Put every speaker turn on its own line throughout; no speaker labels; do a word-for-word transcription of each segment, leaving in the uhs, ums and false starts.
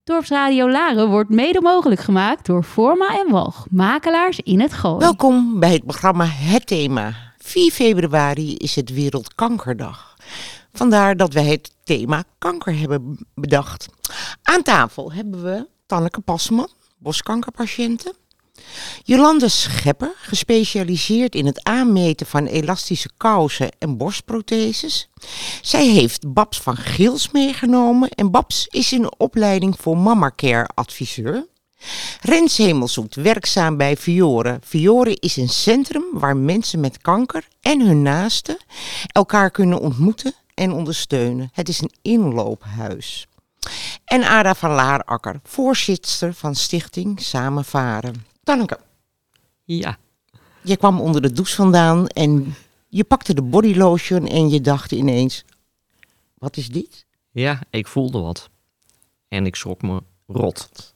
Dorpsradio Laren wordt mede mogelijk gemaakt door Forma en Walg, makelaars in het Gooi.
Welkom bij het programma Het Thema. vier februari is het Wereldkankerdag. Vandaar dat wij het thema kanker hebben bedacht. Aan tafel hebben we Tanneke Pasman, borstkankerpatiënte. Jolande Schepper, gespecialiseerd in het aanmeten van elastische kousen en borstprotheses. Zij heeft Babs van Gils meegenomen en Babs is in opleiding voor MammaCare adviseur. Rens Hemelzoet, werkzaam bij Fiore. Fiore is een centrum waar mensen met kanker en hun naasten elkaar kunnen ontmoeten en ondersteunen. Het is een inloophuis. En Ada van Laarakker, voorzitter van stichting Samen Varen. Tanneke.
Ja.
Je kwam onder de douche vandaan en je pakte de bodylotion en je dacht ineens, wat is dit?
Ja, ik voelde wat. En ik schrok me rot.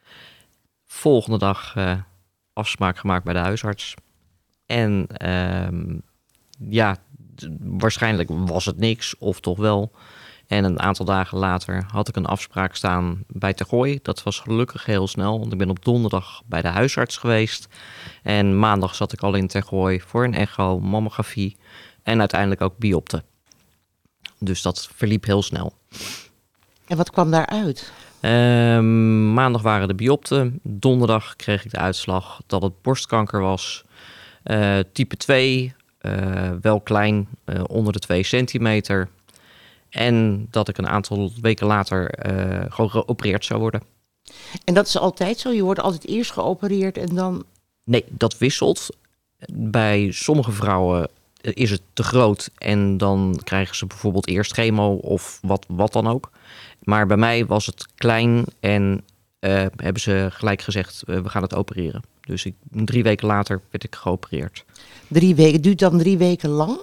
Volgende dag uh, afspraak gemaakt bij de huisarts. En uh, ja, d- waarschijnlijk was het niks, of toch wel. En een aantal dagen later had ik een afspraak staan bij Tergooi. Dat was gelukkig heel snel, want ik ben op donderdag bij de huisarts geweest. En maandag zat ik al in Tergooi voor een echo, mammografie en uiteindelijk ook biopte. Dus dat verliep heel snel.
En wat kwam daaruit?
Uh, maandag waren de biopten. Donderdag kreeg ik de uitslag dat het borstkanker was. Uh, type twee, uh, wel klein, uh, onder de twee centimeter. En dat ik een aantal weken later uh, gewoon geopereerd zou worden.
En dat is altijd zo? Je wordt altijd eerst geopereerd en dan...
Nee, dat wisselt. Bij sommige vrouwen is het te groot en dan krijgen ze bijvoorbeeld eerst chemo of wat, wat dan ook. Maar bij mij was het klein en uh, hebben ze gelijk gezegd, uh, we gaan het opereren. Dus ik, drie weken later werd ik geopereerd.
Drie weken, duurt dan drie weken lang?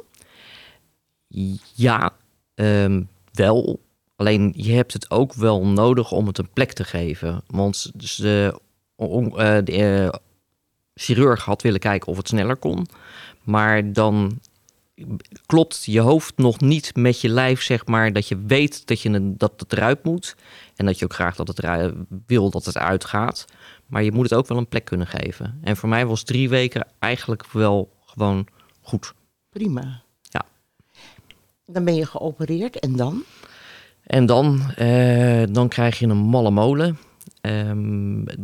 Ja, um, wel. Alleen je hebt het ook wel nodig om het een plek te geven. Want de, uh, de uh, chirurg had willen kijken of het sneller kon. Maar dan klopt je hoofd nog niet met je lijf, zeg maar, dat je weet dat, je, dat het eruit moet. En dat je ook graag dat het eruit, wil dat het uitgaat. Maar je moet het ook wel een plek kunnen geven. En voor mij was drie weken eigenlijk wel gewoon goed.
Prima.
Ja.
Dan ben je geopereerd en dan?
En dan, uh, dan krijg je een malle molen. Um, uh,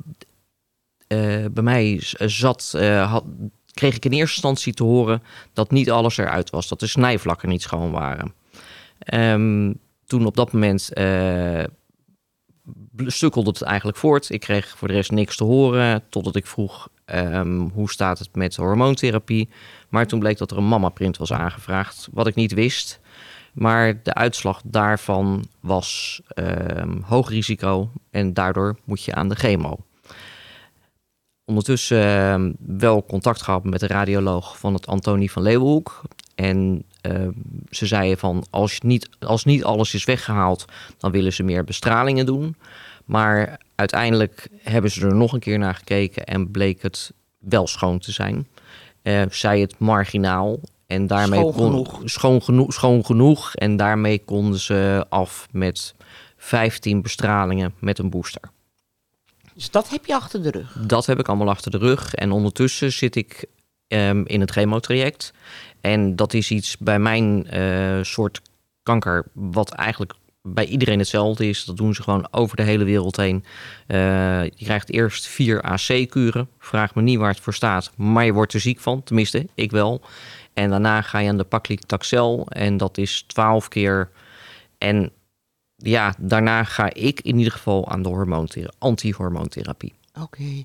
bij mij zat... Uh, had, kreeg ik in eerste instantie te horen dat niet alles eruit was. Dat de snijvlakken niet schoon waren. Um, toen op dat moment uh, stukkelde het eigenlijk voort. Ik kreeg voor de rest niks te horen. Totdat ik vroeg, um, hoe staat het met hormoontherapie? Maar toen bleek dat er een mammaprint was aangevraagd. Wat ik niet wist. Maar de uitslag daarvan was um, hoog risico. En daardoor moet je aan de chemo. Ondertussen uh, wel contact gehad met de radioloog van het Antonie van Leeuwenhoek. En uh, ze zeiden van, als, je niet, als niet alles is weggehaald, dan willen ze meer bestralingen doen. Maar uiteindelijk hebben ze er nog een keer naar gekeken en bleek het wel schoon te zijn. Uh, zij het marginaal. En daarmee
schoon,
kon,
genoeg.
Schoon, genoeg, schoon genoeg. En daarmee konden ze af met vijftien bestralingen met een booster.
Dus dat heb je achter de rug?
Dat heb ik allemaal achter de rug. En ondertussen zit ik um, in het chemotraject. En dat is iets bij mijn uh, soort kanker wat eigenlijk bij iedereen hetzelfde is. Dat doen ze gewoon over de hele wereld heen. Uh, je krijgt eerst vier A C-kuren. Vraag me niet waar het voor staat. Maar je wordt er ziek van. Tenminste, ik wel. En daarna ga je aan de paclitaxel. En dat is twaalf keer. En ja, daarna ga ik in ieder geval aan de hormoontherapie, anti-hormoontherapie.
Oké. Okay.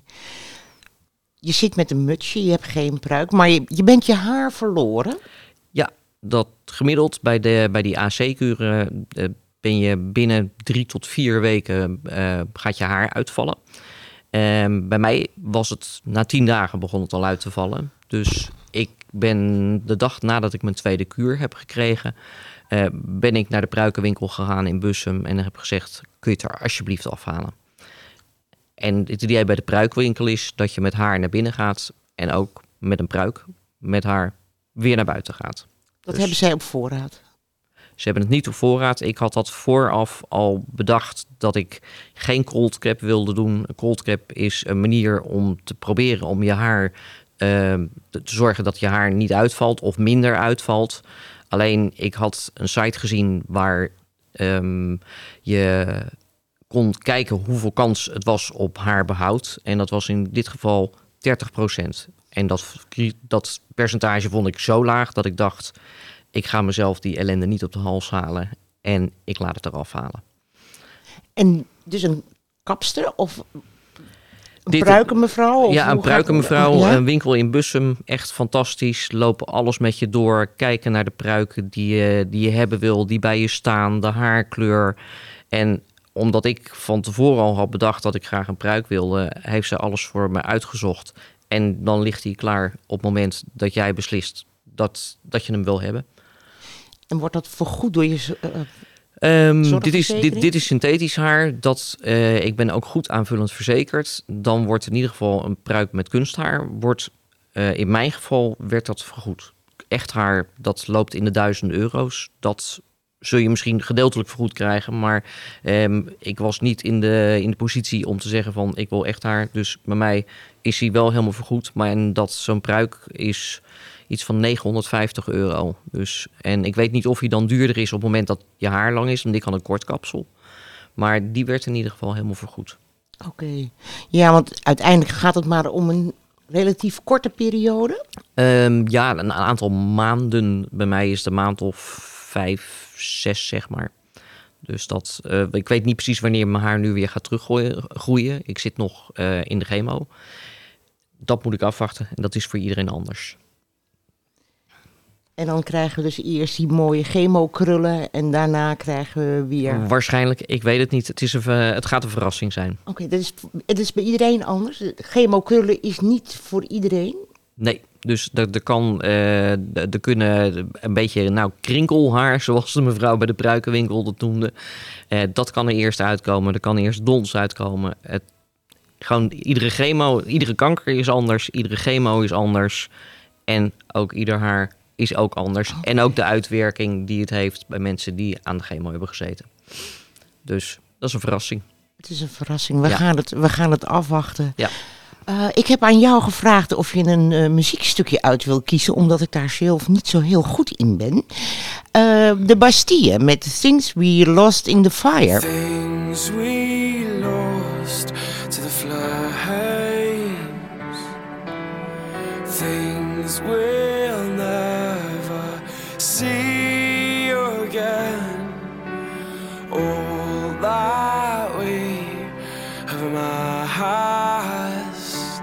Je zit met een mutsje, je hebt geen pruik, maar je, je bent je haar verloren?
Ja, dat gemiddeld bij, de, bij die A C-kuren uh, ben je binnen drie tot vier weken uh, gaat je haar uitvallen. Uh, bij mij was het, na tien dagen begon het al uit te vallen. Dus ik ben de dag nadat ik mijn tweede kuur heb gekregen, Uh, ben ik naar de pruikenwinkel gegaan in Bussum en heb gezegd, kun je het er alsjeblieft afhalen? En het idee bij de pruikwinkel is dat je met haar naar binnen gaat en ook met een pruik met haar weer naar buiten gaat.
Dat
dus,
hebben zij op voorraad?
Ze hebben het niet op voorraad. Ik had dat vooraf al bedacht dat ik geen cold cap wilde doen. Een cold cap is een manier om te proberen om je haar... Uh, te zorgen dat je haar niet uitvalt of minder uitvalt. Alleen ik had een site gezien waar um, je kon kijken hoeveel kans het was op haarbehoud. En dat was in dit geval dertig procent. En dat, dat percentage vond ik zo laag dat ik dacht... ik ga mezelf die ellende niet op de hals halen en ik laat het eraf halen.
En dus een kapster of een
Dit,
pruikenmevrouw? Of
ja, een pruikenmevrouw,
ja?
Een winkel in Bussum. Echt fantastisch. Lopen alles met je door. Kijken naar de pruiken die je, die je hebben wil, die bij je staan. De haarkleur. En omdat ik van tevoren al had bedacht dat ik graag een pruik wilde, heeft ze alles voor me uitgezocht. En dan ligt hij klaar op het moment dat jij beslist dat, dat je hem wil hebben.
En wordt dat vergoed door je... Uh,
Um, dit, is, dit, dit is synthetisch haar. Dat, uh, ik ben ook goed aanvullend verzekerd. Dan wordt in ieder geval een pruik met kunsthaar. Wordt, uh, in mijn geval werd dat vergoed. Echt haar, dat loopt in de duizenden euro's. Dat zul je misschien gedeeltelijk vergoed krijgen. Maar um, ik was niet in de, in de positie om te zeggen van ik wil echt haar. Dus bij mij is hij wel helemaal vergoed. Maar en dat zo'n pruik is... iets van negenhonderdvijftig euro. Dus, en ik weet niet of hij dan duurder is op het moment dat je haar lang is. Want ik had een kort kapsel. Maar die werd in ieder geval helemaal vergoed.
Oké. Okay. Ja, want uiteindelijk gaat het maar om een relatief korte periode?
Um, ja, een aantal maanden. Bij mij is de maand of vijf, zes, zeg maar. Dus dat, uh, ik weet niet precies wanneer mijn haar nu weer gaat teruggroeien. Ik zit nog uh, in de chemo. Dat moet ik afwachten. En dat is voor iedereen anders.
En dan krijgen we dus eerst die mooie chemokrullen en daarna krijgen we weer...
Waarschijnlijk, ik weet het niet. Het, is een, het gaat een verrassing zijn.
Oké, okay, dat is, het is bij iedereen anders. Chemokrullen is niet voor iedereen?
Nee, dus er, er kan, uh, er kunnen een beetje, nou, krinkelhaar, zoals de mevrouw bij de pruikenwinkel dat noemde. Uh, dat kan er eerst uitkomen, er kan eerst dons uitkomen. Het, gewoon iedere chemo, iedere kanker is anders, iedere chemo is anders. En ook ieder haar is ook anders. Oh. En ook de uitwerking die het heeft bij mensen die aan de chemo hebben gezeten. Dus dat is een verrassing.
Het is een verrassing. We,
ja.
gaan, het, we gaan het afwachten.
Ja.
Uh, ik heb aan jou gevraagd of je een uh, muziekstukje uit wil kiezen, omdat ik daar zelf niet zo heel goed in ben. Uh, de Bastille met Things We Lost in the Fire.
Things we lost to the flames. Things we'll never see again. All that we have amassed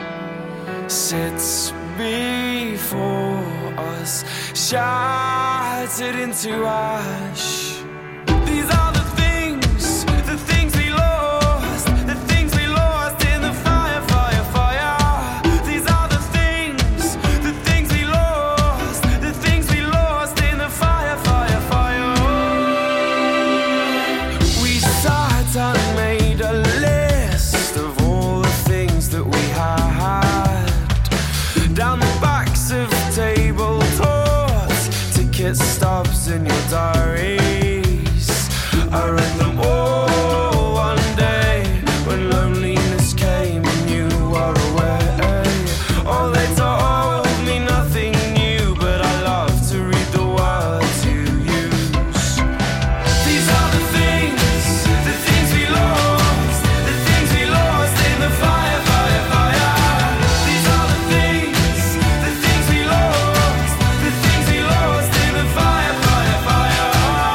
sits before us, shattered into ash. These are the things, the things we lost, the things we lost in the fire, fire, fire. These are the things, the things we lost, the things we lost in the fire, fire, fire. We sat and made a list of all the things that we had down the backs of tabletop, ticket stubs in your diaries. I read them all one day when loneliness came and you were away. Oh, they told me nothing new, but I love to read the words you use. These are the things, the things we lost, the things we lost in the fire, fire, fire. These are the things, the things we lost, the things we lost in the fire, fire, fire.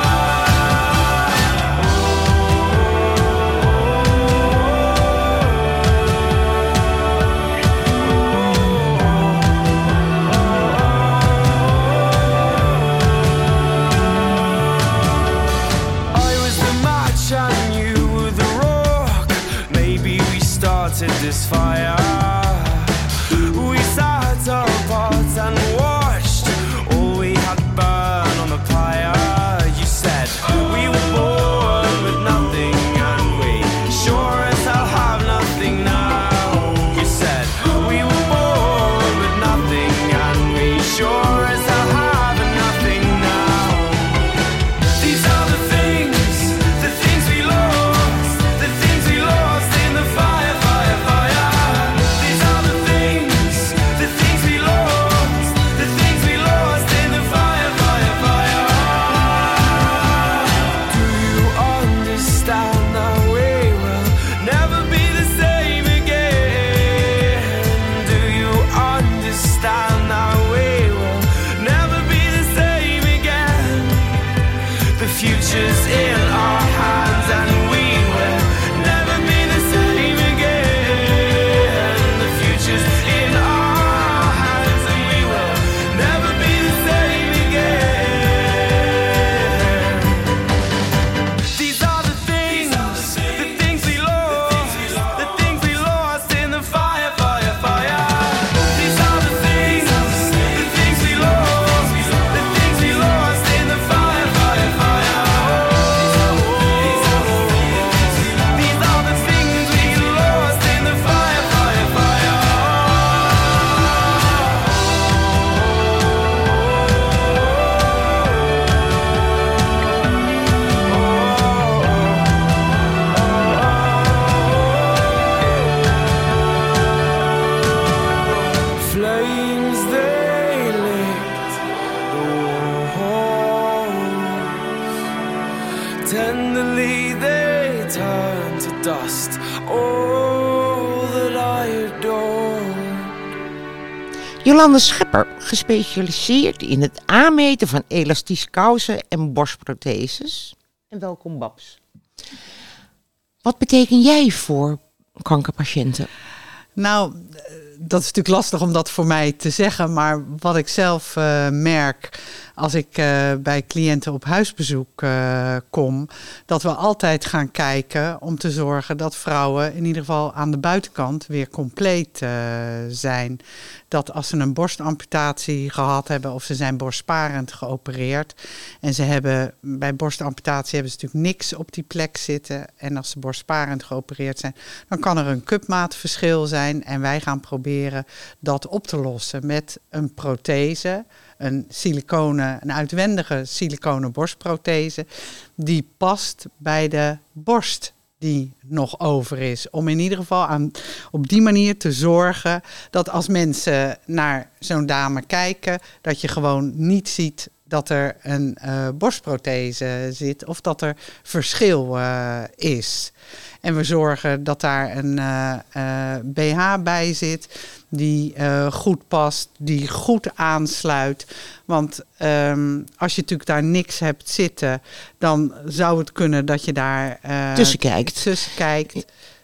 I was the match and you were the rock. Maybe we started this fire. We sat apart and watched all we had burn on the pyre. You said we were born with nothing and we sure as hell have nothing now. You said we were born with nothing and we sure as hell have nothing now. lost all that I adored.
Jolande Schepper, gespecialiseerd in het aanmeten van elastische kousen en borstprotheses. En welkom Babs. Wat betekent jij voor kankerpatiënten?
Nou, dat is natuurlijk lastig om dat voor mij te zeggen. Maar wat ik zelf uh, merk als ik uh, bij cliënten op huisbezoek uh, kom, dat we altijd gaan kijken om te zorgen dat vrouwen in ieder geval aan de buitenkant weer compleet uh, zijn. Dat als ze een borstamputatie gehad hebben of ze zijn borstsparend geopereerd en ze hebben bij borstamputatie hebben ze natuurlijk niks op die plek zitten. En als ze borstsparend geopereerd zijn, dan kan er een cupmaatverschil zijn. En wij gaan proberen dat op te lossen met een prothese, een siliconen, een uitwendige siliconen borstprothese, die past bij de borst die nog over is. Om in ieder geval aan, op die manier te zorgen dat als mensen naar zo'n dame kijken, dat je gewoon niet ziet dat er een uh, borstprothese zit of dat er verschil uh, is. En we zorgen dat daar een uh, uh, B H bij zit die uh, goed past, die goed aansluit. Want um, als je natuurlijk daar niks hebt zitten, dan zou het kunnen dat je daar uh,
tussen kijkt.
tussen kijkt.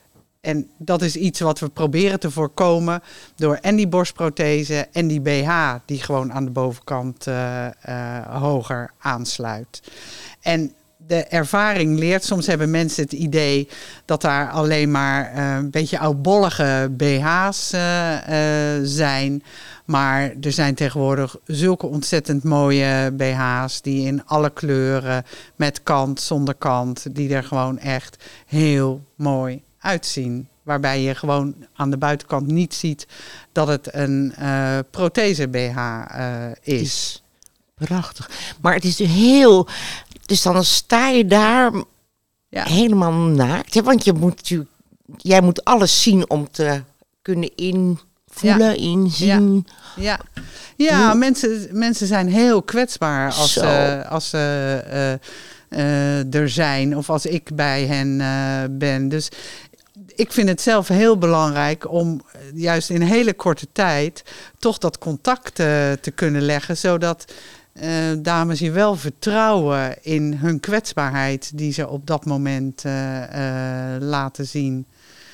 En dat is iets wat we proberen te voorkomen door en die borstprothese en die B H die gewoon aan de bovenkant uh, uh, hoger aansluit. En de ervaring leert, soms hebben mensen het idee dat daar alleen maar uh, een beetje oudbollige B H's uh, uh, zijn. Maar er zijn tegenwoordig zulke ontzettend mooie B H's die in alle kleuren, met kant, zonder kant, die er gewoon echt heel mooi uitzien. Waarbij je gewoon aan de buitenkant niet ziet dat het een uh, prothese B H uh, is.
Prachtig. Maar het is heel... Dus dan sta je daar ja. helemaal naakt. Hè? Want je moet natuurlijk, jij moet alles zien om te kunnen invoelen, ja. inzien.
Ja, ja. ja Hoe... mensen, mensen zijn heel kwetsbaar als Zo. ze, als ze uh, uh, er zijn. Of als ik bij hen uh, ben. Dus ik vind het zelf heel belangrijk om juist in een hele korte tijd toch dat contact uh, te kunnen leggen. Zodat Uh, dames je wel vertrouwen in hun kwetsbaarheid die ze op dat moment uh, uh, laten zien.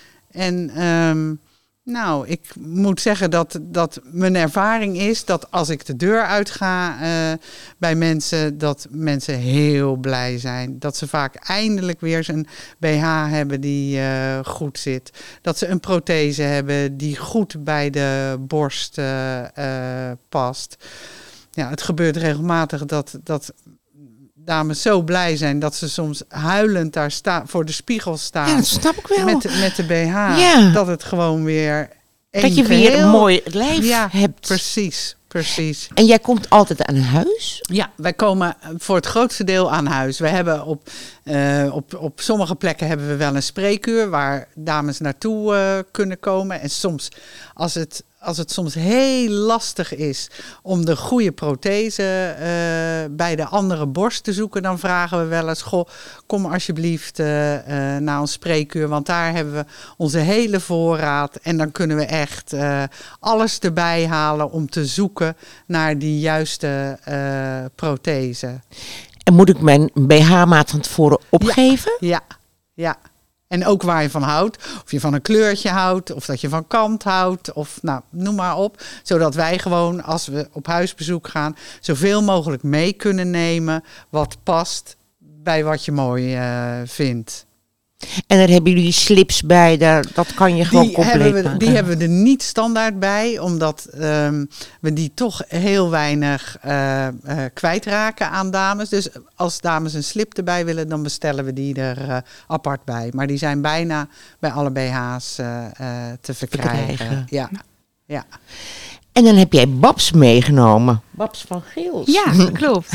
En um, nou, ik moet zeggen dat, dat mijn ervaring is dat als ik de deur uitga uh, bij mensen, dat mensen heel blij zijn. Dat ze vaak eindelijk weer zo'n B H hebben die uh, goed zit. Dat ze een prothese hebben die goed bij de borst uh, uh, past. Ja, het gebeurt regelmatig dat, dat dames zo blij zijn dat ze soms huilend daar sta, voor de spiegel staan.
Ja, dat snap ik wel.
Met, met de B H.
Ja.
Dat het gewoon weer één
dat je
geheel,
weer een mooi lijf
ja,
hebt.
Precies, precies.
En jij komt altijd aan huis?
Ja, wij komen voor het grootste deel aan huis. We hebben op, uh, op, op sommige plekken hebben we wel een spreekuur waar dames naartoe uh, kunnen komen. En soms, als het Als het soms heel lastig is om de goede prothese uh, bij de andere borst te zoeken, dan vragen we wel eens, goh, kom alsjeblieft uh, uh, naar ons spreekuur, want daar hebben we onze hele voorraad en dan kunnen we echt uh, alles erbij halen om te zoeken naar die juiste uh, prothese.
En moet ik mijn B H-maat van tevoren opgeven?
Ja, ja. ja. En ook waar je van houdt. Of je van een kleurtje houdt. Of dat je van kant houdt. Of nou, noem maar op. Zodat wij gewoon, als we op huisbezoek gaan, zoveel mogelijk mee kunnen nemen wat past bij wat je mooi uh, vindt.
En daar hebben jullie slips bij, daar, dat kan je gewoon die compleet
hebben we,
maken.
Die hebben we er niet standaard bij, omdat um, we die toch heel weinig uh, uh, kwijtraken aan dames. Dus als dames een slip erbij willen, dan bestellen we die er uh, apart bij. Maar die zijn bijna bij alle B H's uh, uh, te verkrijgen. verkrijgen. Ja. Ja.
En dan heb jij Babs meegenomen. Babs van Geels.
Ja, dat klopt.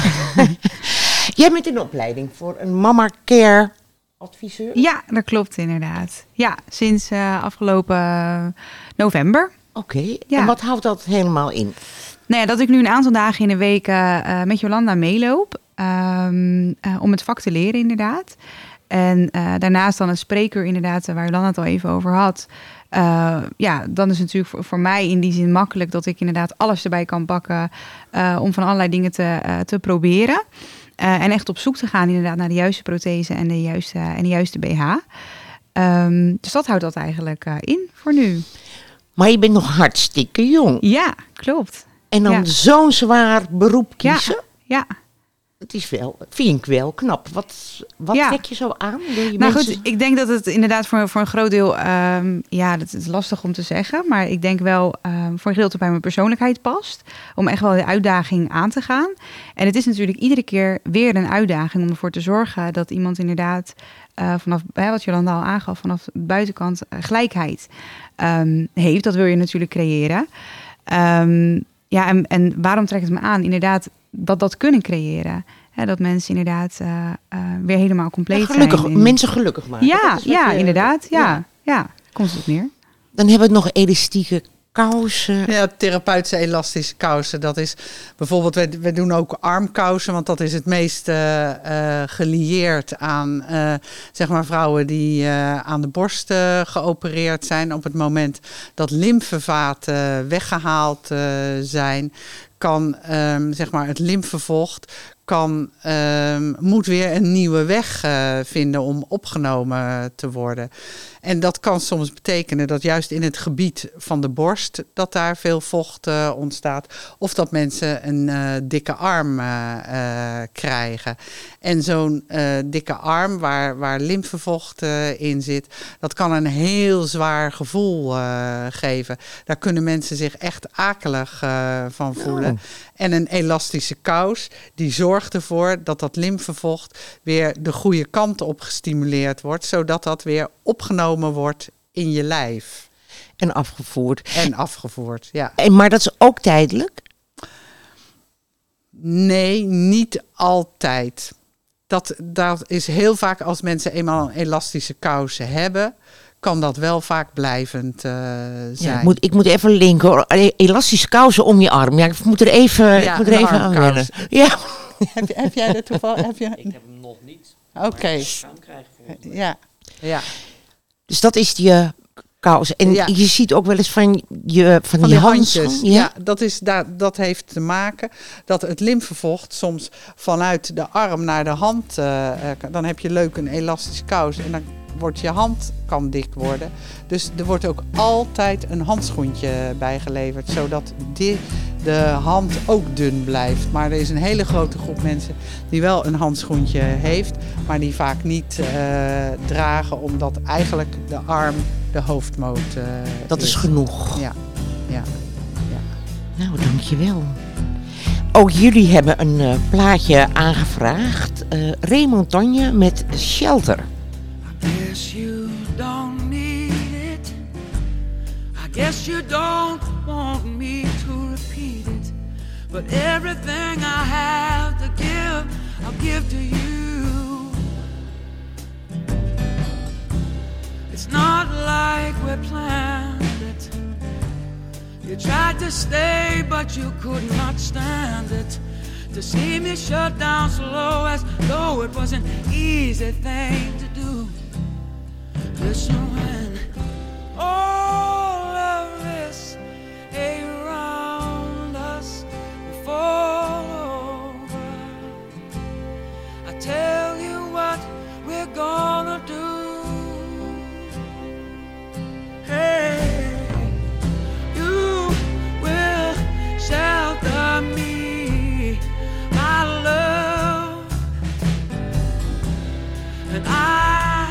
Jij bent in opleiding voor een mama care adviseur?
Ja, dat klopt inderdaad. Ja, sinds uh, afgelopen uh, november.
Oké, okay.
Ja.
En wat houdt dat helemaal in?
Nou ja, dat ik nu een aantal dagen in de week uh, met Jolanda meeloop. Um, uh, om het vak te leren inderdaad.
En uh, daarnaast dan een spreker inderdaad, waar Lan het al even over had. Uh, ja, dan is het natuurlijk voor, voor mij in die zin makkelijk dat ik inderdaad alles erbij kan pakken uh, om van allerlei dingen te, uh, te proberen. Uh, en echt op zoek te gaan inderdaad naar de juiste prothese en de juiste, en de juiste B H. Um, dus dat houdt dat eigenlijk uh, in voor nu.
Maar je bent nog hartstikke jong.
Ja, klopt.
En dan
ja.
zo'n zwaar beroep kiezen?
Ja, ja.
Het is wel, vind ik wel knap. Wat, wat
ja.
trek je zo aan? Wil je
nou
mensen...
goed, ik denk dat het inderdaad voor, voor een groot deel... Um, ja, dat is lastig om te zeggen. Maar ik denk wel um, voor een gedeelte bij mijn persoonlijkheid past. Om echt wel de uitdaging aan te gaan. En het is natuurlijk iedere keer weer een uitdaging om ervoor te zorgen dat iemand inderdaad... Uh, vanaf hè, wat Jolanda al aangaf, vanaf de buitenkant uh, gelijkheid um, heeft. Dat wil je natuurlijk creëren. Um, ja, en, en waarom trekt het me aan? Inderdaad, dat dat kunnen creëren. Hè, dat mensen inderdaad uh, uh, weer helemaal compleet
ja, gelukkig,
zijn. En...
Mensen gelukkig maken.
Ja, ja
je,
inderdaad. Ja,
ja.
ja, komt het neer.
Dan hebben we nog elastieke kousen.
Ja, therapeutische elastische kousen. Dat is bijvoorbeeld, we, we doen ook armkousen, want dat is het meest uh, uh, gelieerd aan uh, zeg maar vrouwen die uh, aan de borst uh, geopereerd zijn. Op het moment dat lymfevaten weggehaald uh, zijn, kan um, zeg maar het lymfevocht kan, um, moet weer een nieuwe weg uh, vinden om opgenomen te worden. En dat kan soms betekenen dat juist in het gebied van de borst dat daar veel vocht uh, ontstaat. Of dat mensen een uh, dikke arm uh, uh, krijgen. En zo'n uh, dikke arm waar, waar lymfevocht uh, in zit, dat kan een heel zwaar gevoel uh, geven. Daar kunnen mensen zich echt akelig uh, van voelen. Oh. En een elastische kous die zorgt ervoor dat dat lymfevocht weer de goede kant op gestimuleerd wordt, zodat dat weer opgenomen wordt in je lijf.
En afgevoerd.
En afgevoerd, ja.
En, maar dat is ook tijdelijk?
Nee, niet altijd. Dat, dat is heel vaak als mensen eenmaal een elastische kousen hebben, kan dat wel vaak blijvend uh, zijn.
Ja, ik, moet, ik moet even linken hoor. Elastische kousen om je arm. Ja, ik moet er even, ja, ik moet er even aan wennen. Ja.
heb, heb jij dat toevallig? Heb je...
Ik heb hem nog niet.
Oké. Okay. Ja. Ja.
Dus dat is die uh, kous. En ja. je ziet ook wel eens van, je, van, van die, die handjes.
Ja, ja dat, is, dat, dat heeft te maken dat het lymfevocht soms vanuit de arm naar de hand... Uh, dan heb je leuk een elastische kous en dan wordt je hand kan dik worden. Dus er wordt ook altijd een handschoentje bijgeleverd, zodat die, de hand ook dun blijft. Maar er is een hele grote groep mensen die wel een handschoentje heeft, maar die vaak niet uh, dragen, omdat eigenlijk de arm de hoofdmoot uh,
Dat is, is genoeg.
Ja, ja, ja.
Nou, dankjewel. Ook jullie hebben een uh, plaatje aangevraagd. Uh, Raymond Tanje met Shelter.
Guess you don't need it. I guess you don't want me to repeat it. But everything I have to give, I'll give to you. It's not like we planned it. You tried to stay, but you could not stand it. To see me shut down slow as though it was an easy thing to do. Listen, when all of this around us will fall over, I tell you what we're gonna do. Hey, you will shelter me, my love, and I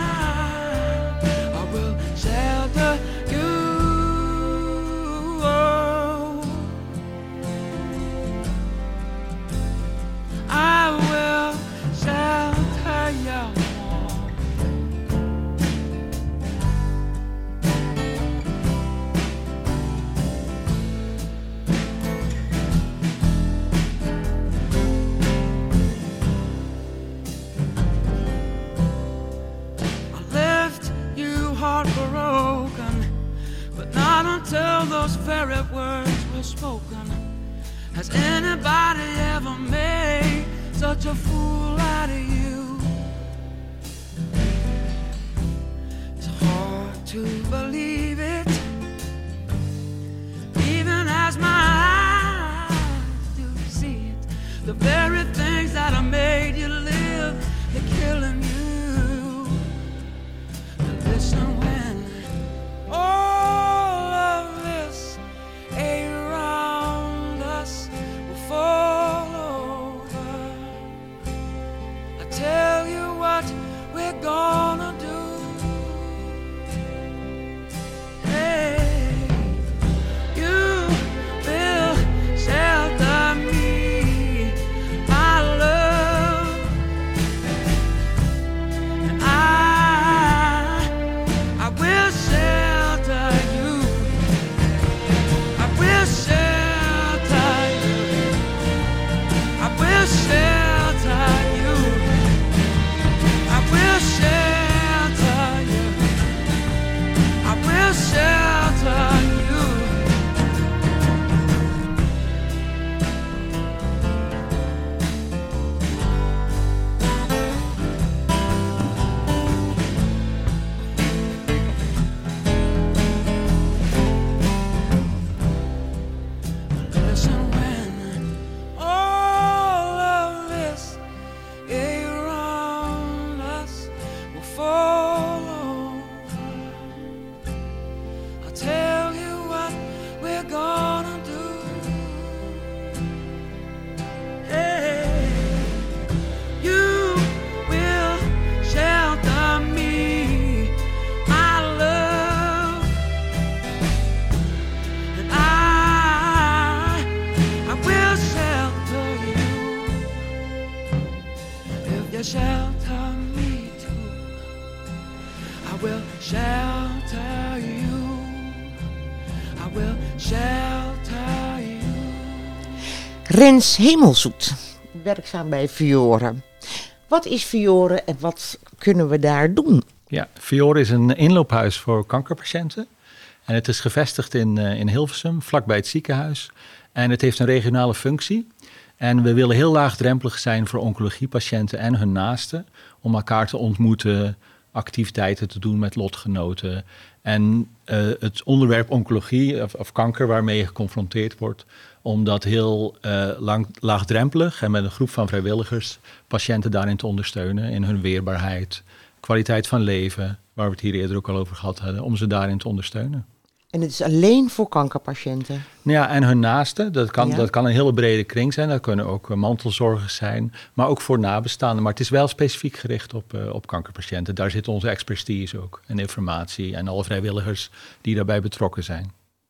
until those very words were spoken. Has anybody ever made such a fool out of you? to believe it, even as my eyes do see it. The very things that I made you live, they're killing you. And listen when all of this around us will fall over. I tell you what we're gonna do. Hey, you will shelter me, my love, and I, I will shelter you. I will shelter you. I will shelter you. I will shelter you. I will shelter you. Listen when all of this around us will fall over. I'll tell you what we're gonna do. Hey, you will shelter me, my love, and I, I will shelter you. If you shelter me too, I will shelter you. I will shelter you.
Rens Hemelzoet, werkzaam bij Fiore. Wat is Fiore en wat kunnen we daar doen?
Ja, Fiore is een inloophuis voor kankerpatiënten. En het is gevestigd in, uh, in Hilversum, vlakbij het ziekenhuis. En het heeft een regionale functie. En we willen heel laagdrempelig zijn voor oncologiepatiënten en hun naasten. Om elkaar te ontmoeten, activiteiten te doen met lotgenoten. En uh, het onderwerp oncologie of, of kanker waarmee je geconfronteerd wordt, om dat heel uh, lang, laagdrempelig en met een groep van vrijwilligers patiënten daarin te ondersteunen in hun weerbaarheid, kwaliteit van leven, waar we het hier eerder ook al over gehad hadden, om ze daarin te ondersteunen.
En het is alleen voor kankerpatiënten?
Nou ja, en hun naasten. Dat kan,
Ja.
dat kan een hele brede kring zijn. Dat kunnen ook uh, mantelzorgers zijn, maar ook voor nabestaanden. Maar het is wel specifiek gericht op, uh, op kankerpatiënten. Daar zit onze expertise ook en informatie en alle vrijwilligers die daarbij betrokken zijn.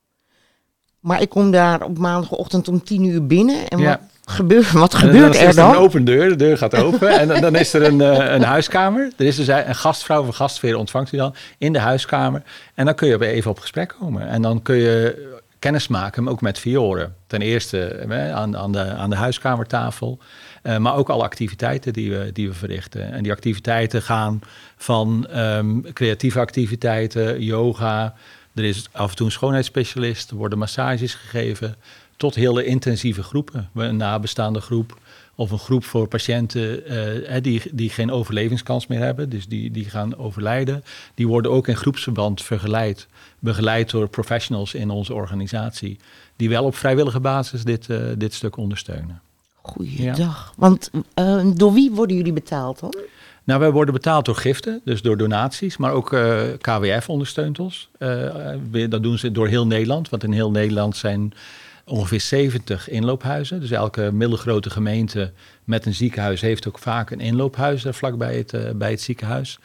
Maar ik kom daar op maandagochtend om tien uur binnen. En
Ja.
wat gebeurt, wat
En
gebeurt
dan
er
is er
dan?
een open deur, de deur gaat open en dan, dan is er een, uh, een huiskamer. Er is dus een gastvrouw of een gastheer ontvangt u dan in de huiskamer. En dan kun je even op gesprek komen. En dan kun je kennis maken, ook met Fiore. Ten eerste eh, aan, aan, de, aan de huiskamertafel, uh, maar ook alle activiteiten die we, die we verrichten. En die activiteiten gaan van um, creatieve activiteiten, yoga. Er is af en toe een schoonheidsspecialist, er worden massages gegeven, tot hele intensieve groepen. Een nabestaande groep of een groep voor patiënten uh, die, die geen overlevingskans meer hebben, dus die, die gaan overlijden. Die worden ook in groepsverband vergeleid, begeleid door professionals in onze organisatie, die wel op vrijwillige basis dit, uh, dit stuk ondersteunen.
Goeiedag.
Ja.
Want uh, door wie worden jullie betaald dan?
Nou, wij worden betaald door giften, dus door donaties, maar ook uh, K W F ondersteunt ons. Uh, dat doen ze door heel Nederland, want in heel Nederland zijn ongeveer zeventig inloophuizen. Dus elke middelgrote gemeente met een ziekenhuis heeft ook vaak een inloophuis daar vlakbij het, uh, bij het ziekenhuis.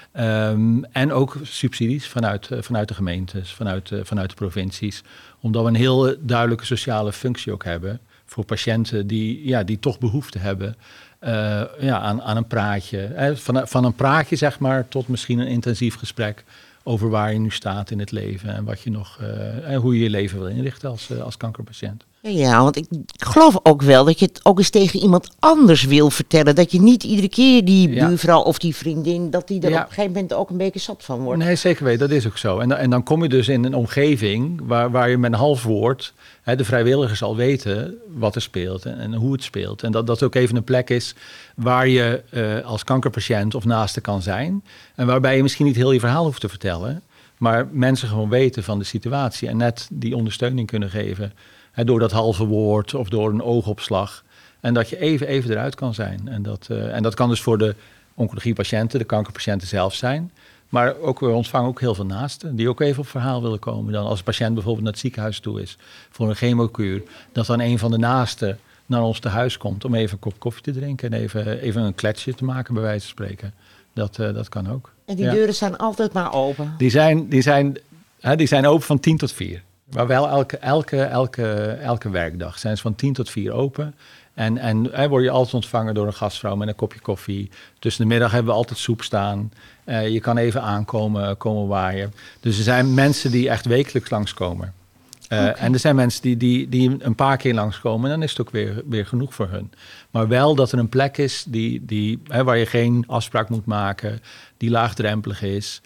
Um, en ook subsidies vanuit, uh, vanuit de gemeentes, vanuit, uh, vanuit de provincies. Omdat we een heel duidelijke sociale functie ook hebben voor patiënten die, ja, die toch behoefte hebben uh, ja, aan, aan een praatje. Hè, van, van een praatje, zeg maar, tot misschien een intensief gesprek over waar je nu staat in het leven en wat je nog uh, en hoe je je leven wil inrichten als, uh, als kankerpatiënt.
Ja, want ik geloof ook wel dat je het ook eens tegen iemand anders wil vertellen. Dat je niet iedere keer die
Ja.
buurvrouw of die vriendin, dat die er
Ja.
op een gegeven moment ook een beetje zat van wordt.
Nee, zeker weten, dat is ook zo. En, dan- en dan kom je dus in een omgeving waar, waar je met een half woord, hè, de vrijwilligers al weten wat er speelt en, en hoe het speelt. En dat dat ook even een plek is waar je uh, als kankerpatiënt of naaste kan zijn. En waarbij je misschien niet heel je verhaal hoeft te vertellen, Maar mensen gewoon weten van de situatie en net die ondersteuning kunnen geven. Hè, door dat halve woord of door een oogopslag. En dat je even, even eruit kan zijn. En dat, uh, en dat kan dus voor de oncologiepatiënten, de kankerpatiënten zelf zijn. Maar ook, we ontvangen ook heel veel naasten die ook even op verhaal willen komen. Dan als een patiënt bijvoorbeeld naar het ziekenhuis toe is voor een chemokuur. Dat dan een van de naasten naar ons thuis komt om even een kop koffie te drinken. En even, even een kletsje te maken, bij wijze van spreken. Dat, uh, dat kan ook.
En die
ja.
deuren staan altijd maar open?
Die zijn, die zijn, hè, die zijn open van tien tot vier. Maar wel elke, elke, elke, elke werkdag zijn ze van tien tot vier open. En, en hè, word je altijd ontvangen door een gastvrouw met een kopje koffie. Tussen de middag hebben we altijd soep staan. Uh, je kan even aankomen, komen waaien. Dus er zijn mensen die echt wekelijks langskomen. Uh, okay. En er zijn mensen die, die, die een paar keer langskomen. En dan is het ook weer, weer genoeg voor hun. Maar wel dat er een plek is die, die, hè, waar je geen afspraak moet maken. Die laagdrempelig is.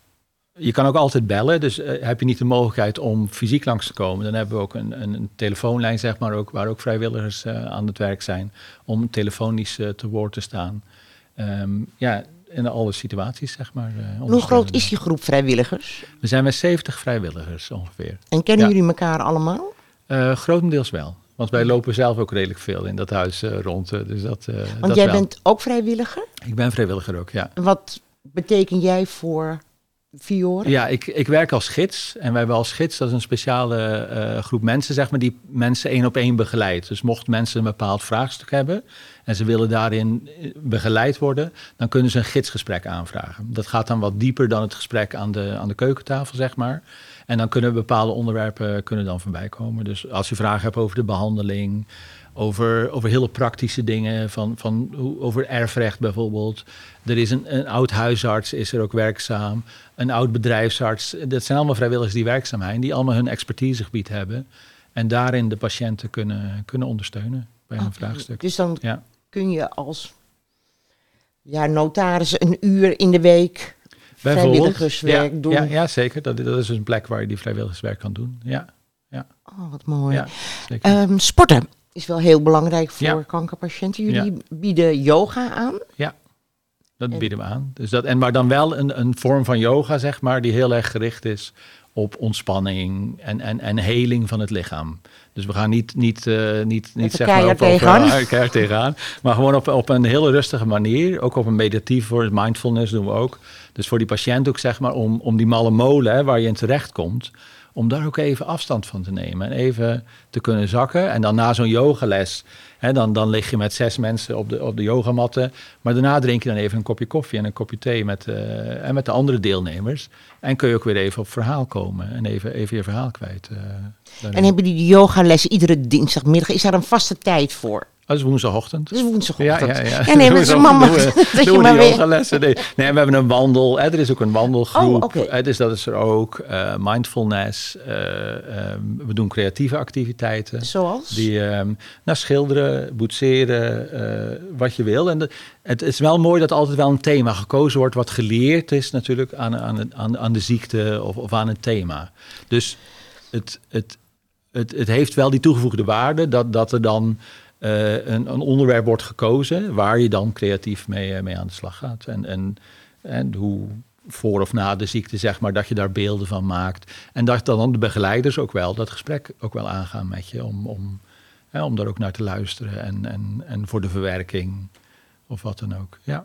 Je kan ook altijd bellen, dus uh, heb je niet de mogelijkheid om fysiek langs te komen. Dan hebben we ook een, een, een telefoonlijn, zeg maar, ook, waar ook vrijwilligers uh, aan het werk zijn. Om telefonisch uh, te woord te staan. Um, ja, in alle situaties, zeg maar. Uh,
Hoe groot is die groep vrijwilligers?
We zijn met zeventig vrijwilligers ongeveer.
En kennen
ja.
jullie elkaar allemaal?
Uh, grotendeels wel. Want wij lopen zelf ook redelijk veel in dat huis uh, rond. Uh, dus dat, uh,
Want
dat
jij
wel.
bent ook vrijwilliger?
Ik ben vrijwilliger ook, ja.
Wat betekent jij voor Fiore?
Ja, ik, ik werk als gids. En wij hebben als gids, dat is een speciale uh, groep mensen, zeg maar, die mensen één op één begeleidt. Dus mocht mensen een bepaald vraagstuk hebben en ze willen daarin begeleid worden, dan kunnen ze een gidsgesprek aanvragen. Dat gaat dan wat dieper dan het gesprek aan de, aan de keukentafel, zeg maar. En dan kunnen bepaalde onderwerpen kunnen dan voorbij komen. Dus als je vragen hebt over de behandeling, over, over hele praktische dingen, van, van, over erfrecht bijvoorbeeld. Er is een, een oud huisarts, is er ook werkzaam. Een oud bedrijfsarts. Dat zijn allemaal vrijwilligers die werkzaam zijn, die allemaal hun expertisegebied hebben. En daarin de patiënten kunnen, kunnen ondersteunen bij een
Okay.
vraagstuk.
Dus dan
ja.
kun je als ja, notaris een uur in de week vrijwilligerswerk
ja,
doen.
Ja, ja zeker. Dat, dat is dus een plek waar je die vrijwilligerswerk kan doen. Ja, ja.
Oh, wat mooi.
Ja, zeker.
Um, sporten is wel heel belangrijk voor
Ja.
kankerpatiënten. Jullie
Ja.
bieden yoga aan.
Ja, dat
En-
bieden we aan. Dus dat, en maar dan wel een, een vorm van yoga, zeg maar, die heel erg gericht is op ontspanning en, en, en heling van het lichaam. Dus we gaan niet, niet, uh, niet, niet zeg maar
keihard
op, op,
tegenaan.
uh, keihard tegenaan, maar gewoon op, op een hele rustige manier. Ook op een meditatief voor mindfulness doen we ook. Dus voor die patiënt ook, zeg maar, om, om die malle molen, hè, waar je in terecht komt, om daar ook even afstand van te nemen en even te kunnen zakken. En dan na zo'n yogales, hè, dan, dan lig je met zes mensen op de, op de yogamatten. Maar daarna drink je dan even een kopje koffie en een kopje thee met, uh, en met de andere deelnemers. En kun je ook weer even op verhaal komen en even, even je verhaal kwijt. Uh,
En hebben jullie die yogales iedere dinsdagmiddag? Is daar een vaste tijd voor?
Dat is woensdagochtend.
Dat is woensdagochtend.
Ja, ja, ja.
Ja, nee, maar
Doen
mama,
we- doen we-
dat je
doen we
maar
de
weer...
yogalessen. Nee. nee, we hebben een wandel. Hè, er is ook een wandelgroep.
Oh, oké.
Hè, dus dat is er ook. Uh, mindfulness. Uh, um, we doen creatieve activiteiten.
Zoals?
Die um, nou, schilderen, boetseren, uh, wat je wil. En de, het is wel mooi dat altijd wel een thema gekozen wordt, wat geleerd is natuurlijk aan, aan, aan, aan de ziekte of, of aan een thema. Dus het, het, het, het heeft wel die toegevoegde waarde dat, dat er dan uh, een, een onderwerp wordt gekozen waar je dan creatief mee, mee aan de slag gaat. En, en, en hoe voor of na de ziekte, zeg maar, dat je daar beelden van maakt. En dat dan de begeleiders ook wel dat gesprek ook wel aangaan met je om, om, hè, om daar ook naar te luisteren en, en, en voor de verwerking of wat dan ook. Ja.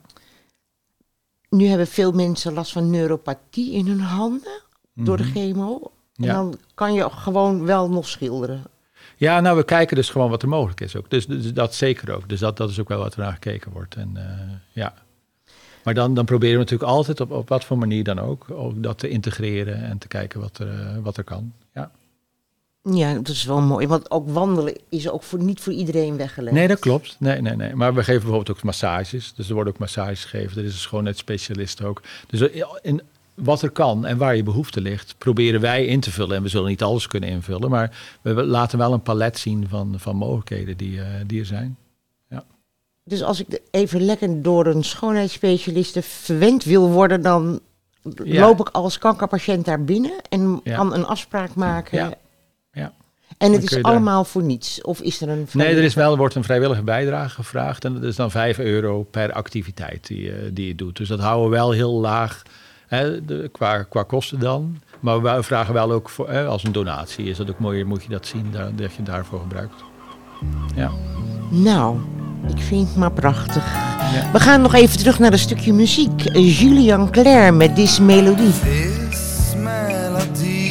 Nu hebben veel mensen last van neuropathie in hun handen door de
Mhm.
chemo. En
Ja.
dan kan je gewoon wel nog schilderen.
Ja, nou, we kijken dus gewoon wat er mogelijk is ook. Dus, dus dat zeker ook. Dus dat, dat is ook wel wat er naar gekeken wordt. En uh, ja. Maar dan, dan proberen we natuurlijk altijd op, op wat voor manier dan ook, ook dat te integreren en te kijken wat er, uh, wat er kan. Ja.
Ja, dat is wel mooi. Want ook wandelen is ook voor, niet voor iedereen weggelegd.
Nee, dat klopt. Nee, nee, nee. Maar we geven bijvoorbeeld ook massages. Dus er worden ook massages gegeven. Er is een schoonheidsspecialist ook. Dus in wat er kan en waar je behoefte ligt, proberen wij in te vullen. En we zullen niet alles kunnen invullen, maar we laten wel een palet zien van, van mogelijkheden die, uh, die er zijn. Ja.
Dus als ik even lekker door een schoonheidsspecialiste verwend wil worden, dan
Ja.
loop ik als kankerpatiënt daar binnen en
Ja.
kan een afspraak maken.
Ja. Ja.
En het
kun
is
je daar-
allemaal voor niets? Of is er een
Nee, er is wel, er wordt een vrijwillige bijdrage gevraagd. En dat is dan vijf euro per activiteit die, uh, die je doet. Dus dat houden we wel heel laag Hè, de, qua, qua kosten dan. Maar we vragen wel ook voor, hè, als een donatie. Is dat ook mooi, moet je dat zien daar, dat je daarvoor gebruikt. Ja.
Nou, ik vind het maar prachtig.
Ja.
We gaan nog even terug naar een stukje muziek. Julien Clerc met This Melody.
This melody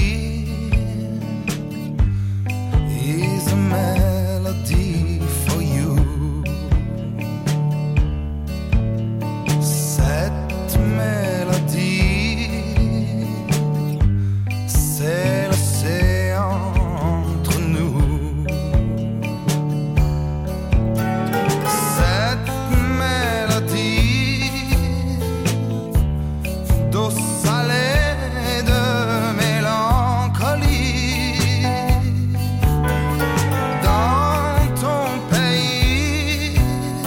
is a melody for you. Cette mélodie, c'est l'océan entre nous. Cette mélodie d'eau salée de mélancolie. Dans ton pays,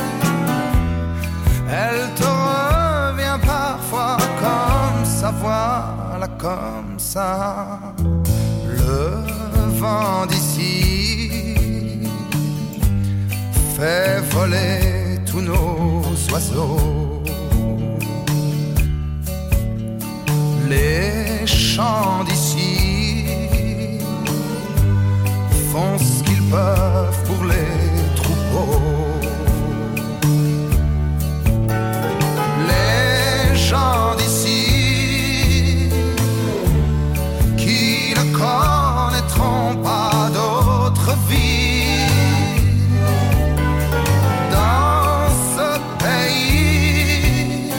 elle te revient parfois comme ça, voilà comme ça. Le vent d'ici fait voler tous nos oiseaux. Les chants d'ici font ce qu'ils peuvent pour les troupeaux. Les gens d'ici qui ne connaîtront pas d'autre vie dans ce pays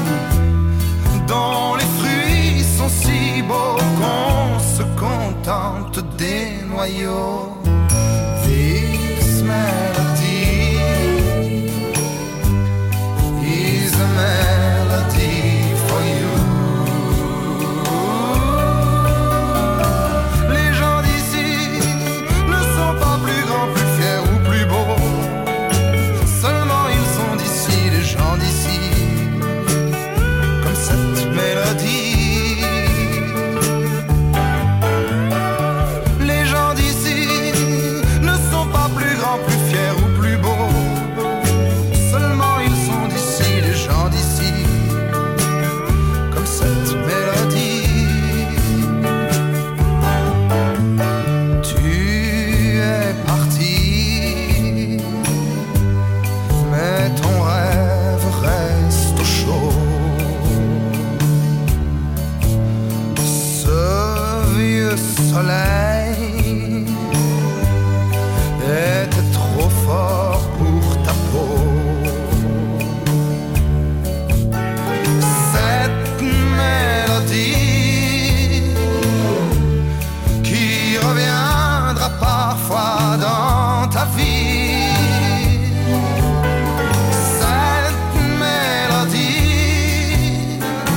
dont les fruits sont si beaux qu'on se contente des noyaux. This melody is a melody for you. Les gens d'ici ne sont pas plus grands, plus fiers ou plus beaux. Seulement ils sont d'ici, les gens d'ici, comme cette mélodie. Les gens d'ici ne sont pas plus grands, plus fiers ou plus beaux. Seulement ils sont d'ici, les gens d'ici, comme cette mélodie. Tu es parti, mais ton rêve reste au chaud. Ce vieux soleil était trop fort pour ta peau. Cette mélodie qui reviendra parfois dans ta vie. Cette mélodie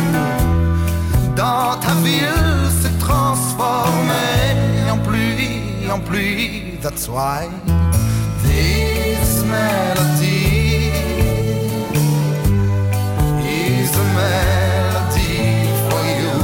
dans ta ville s'est transformée en pluie, en pluie. That's why this melody is a melody for you.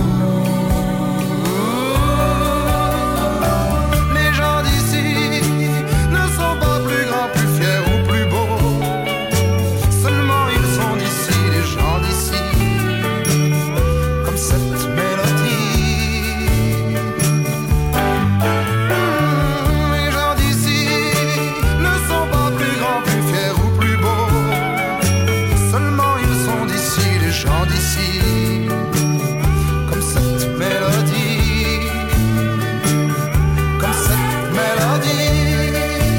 Les gens d'ici ne sont pas plus grands, plus fiers ou plus beaux. Seulement ils sont d'ici, les gens d'ici, comme cette mélodie. Les gens d'ici ne sont pas plus grands, plus fiers ou plus beaux. Seulement ils sont d'ici, les gens d'ici, comme cette mélodie, comme cette mélodie.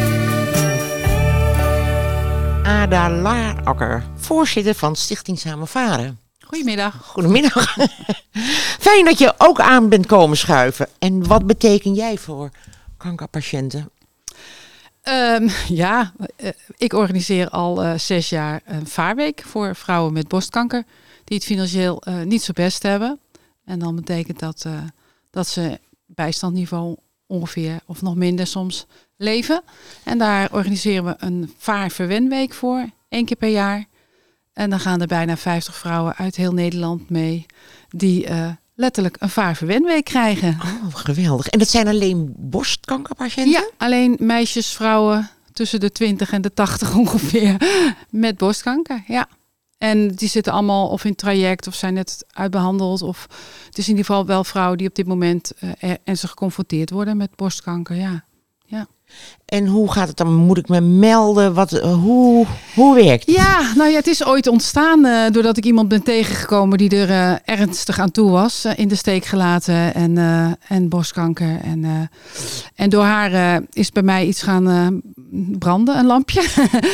Ada Laarakker, voorzitter van Stichting Samen Varen.
Goedemiddag.
Goedemiddag. Fijn dat je ook aan bent komen schuiven. En wat beteken jij voor kankerpatiënten?
Um, ja, uh, ik organiseer al uh, zes jaar een vaarweek voor vrouwen met borstkanker die het financieel uh, niet zo best hebben. En dan betekent dat uh, dat ze bijstandniveau ongeveer, of nog minder soms, leven. En daar organiseren we een vaarverwenweek voor, één keer per jaar. En dan gaan er bijna vijftig vrouwen uit heel Nederland mee die uh, letterlijk een vaarverwenweek krijgen.
Oh, geweldig. En dat zijn alleen borstkankerpatiënten?
Ja, alleen meisjes, vrouwen tussen de twintig en de tachtig ongeveer met borstkanker, ja. En die zitten allemaal of in traject of zijn net uitbehandeld. Of het is in ieder geval wel vrouwen die op dit moment uh, ernstig geconfronteerd worden met borstkanker. Ja. Ja.
En hoe gaat het dan? Moet ik me melden? Wat, uh, hoe, hoe werkt het?
Ja, nou ja, het is ooit ontstaan uh, doordat ik iemand ben tegengekomen die er uh, ernstig aan toe was. Uh, in de steek gelaten en, uh, en borstkanker. En, uh, en door haar uh, is bij mij iets gaan uh, branden, een lampje.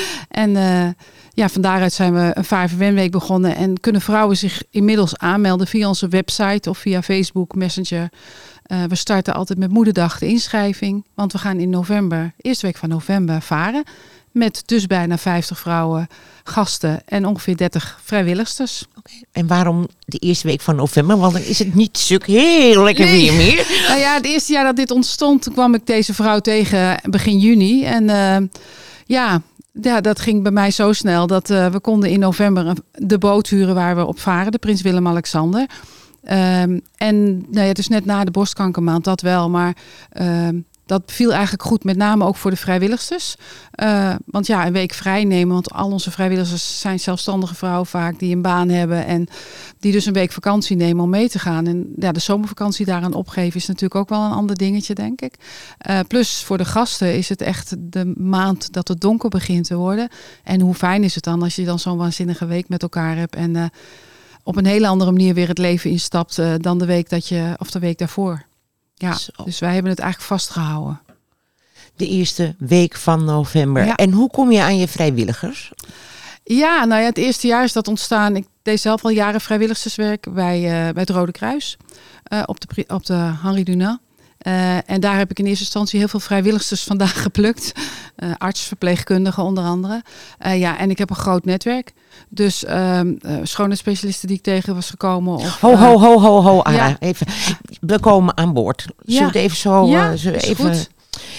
en uh, ja, van daaruit zijn we een V V W-week begonnen. En kunnen vrouwen zich inmiddels aanmelden via onze website of via Facebook Messenger. Uh, we starten altijd met Moederdag de inschrijving. Want we gaan in november, eerste week van november, varen. Met dus bijna vijftig vrouwen, gasten en ongeveer dertig vrijwilligsters.
Okay. En waarom de eerste week van november? Want dan is het niet stuk heel lekker
nee.
weer meer.
Nou ja, het eerste jaar dat dit ontstond, kwam ik deze vrouw tegen begin juni. En uh, ja... Ja, dat ging bij mij zo snel dat uh, we konden in november de boot huren waar we op varen, de Prins Willem-Alexander. Um, en nou ja, dus net na de borstkankermaand, dat wel, maar um, dat viel eigenlijk goed, met name ook voor de vrijwilligers. Uh, want ja, een week vrij nemen, want al onze vrijwilligers zijn zelfstandige vrouwen vaak die een baan hebben en die dus een week vakantie nemen om mee te gaan. En ja, de zomervakantie daaraan opgeven is natuurlijk ook wel een ander dingetje, denk ik. Uh, plus voor de gasten is het echt de maand dat het donker begint te worden. En hoe fijn is het dan als je dan zo'n waanzinnige week met elkaar hebt en uh, op een hele andere manier weer het leven instapt uh, dan de week dat je, of de week daarvoor. Ja, Zo. Dus wij hebben het eigenlijk vastgehouden.
De eerste week van november.
Ja.
En hoe kom je aan je vrijwilligers? Ja,
nou ja, het eerste jaar is dat ontstaan. Ik deed zelf al jaren vrijwilligerswerk bij, uh, bij het Rode Kruis. Uh, op, de, op de Henri Dunant. Uh, en daar heb ik in eerste instantie heel veel vrijwilligers vandaan geplukt. Uh, arts, verpleegkundigen onder andere. Uh, ja, en ik heb een groot netwerk. Dus uh, uh, schoonheidsspecialisten die ik tegen was gekomen. Of,
ho, ho, ho, ho, ho.
Uh,
ja. even. We komen aan boord. Zullen
ja.
we het even zo...
Ja,
uh, zullen
is
even...
goed.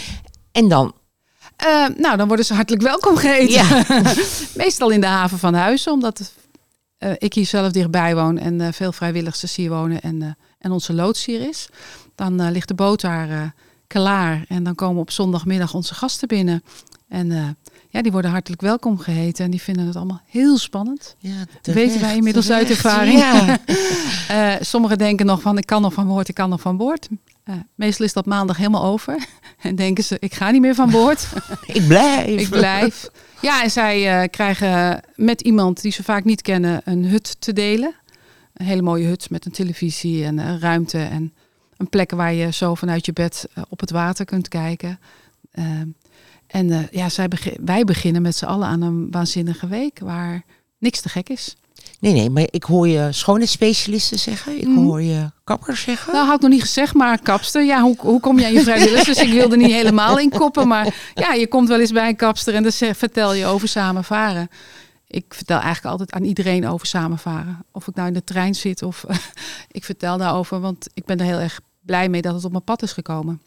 En dan?
Uh, nou, dan worden ze hartelijk welkom geheten. Ja. Meestal in de haven van Huizen, omdat uh, ik hier zelf dichtbij woon en uh, veel vrijwilligers hier wonen en, uh, en onze loods hier is. Dan uh, ligt de boot daar uh, klaar en dan komen op zondagmiddag onze gasten binnen. En uh, ja, die worden hartelijk welkom geheten en die vinden het allemaal heel spannend. Ja, terecht, weten wij inmiddels terecht. Uit ervaring. Ja. uh, sommigen denken nog van, ik kan nog van boord, ik kan nog van boord. Uh, meestal is dat maandag helemaal over. En denken ze, ik ga niet meer van boord.
Ik blijf.
Ik blijf. Ja, en zij uh, krijgen met iemand die ze vaak niet kennen een hut te delen. Een hele mooie hut met een televisie en een ruimte. En een plek waar je zo vanuit je bed uh, op het water kunt kijken. Uh, en uh, ja, zij begin, wij beginnen met z'n allen aan een waanzinnige week waar niks te gek is.
Nee, nee, maar ik hoor je schoonheidsspecialisten zeggen. Ik
Mm.
hoor je kappers zeggen.
Nou, had ik nog niet gezegd, maar kapster. Ja, hoe, hoe kom je aan je vrijwilligers? Dus ik wilde niet helemaal inkoppen. Maar ja, je komt wel eens bij een kapster en dan zeg, vertel je over samenvaren. Ik vertel eigenlijk altijd aan iedereen over samenvaren. Of ik nou in de trein zit of uh, ik vertel daarover. Want ik ben er heel erg blij mee dat het op mijn pad is gekomen.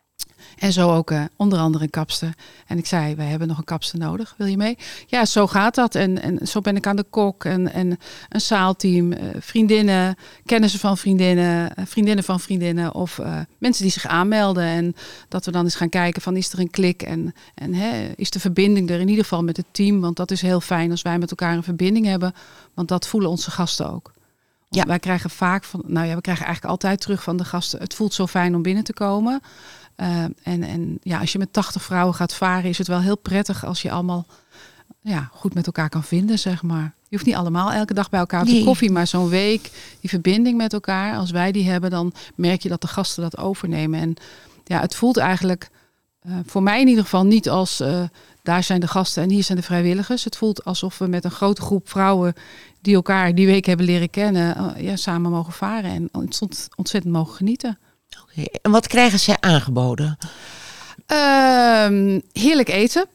En zo ook uh, onder andere een kapster. En ik zei, wij hebben nog een kapster nodig. Wil je mee? Ja, zo gaat dat. En, en zo ben ik aan de kok en, en een zaalteam. Uh, vriendinnen, kennissen van vriendinnen, uh, vriendinnen van vriendinnen. Of uh, mensen die zich aanmelden. En dat we dan eens gaan kijken van, is er een klik? En, en hè, is de verbinding er in ieder geval met het team? Want dat is heel fijn als wij met elkaar een verbinding hebben. Want dat voelen onze gasten ook. Ja. Wij krijgen vaak van, nou ja, we krijgen eigenlijk altijd terug van de gasten. Het voelt zo fijn om binnen te komen. Uh, en, en ja, als je met tachtig vrouwen gaat varen, is het wel heel prettig als je allemaal ja, goed met elkaar kan vinden, zeg maar. Je hoeft niet allemaal elke dag bij elkaar op de
Nee.
koffie, maar zo'n week, die verbinding met elkaar, als wij die hebben, dan merk je dat de gasten dat overnemen. En ja, het voelt eigenlijk uh, voor mij in ieder geval niet als uh, daar zijn de gasten en hier zijn de vrijwilligers. Het voelt alsof we met een grote groep vrouwen die elkaar die week hebben leren kennen, uh, ja, samen mogen varen en ont- ontzettend mogen genieten.
Okay. En wat krijgen zij aangeboden?
Um, heerlijk eten.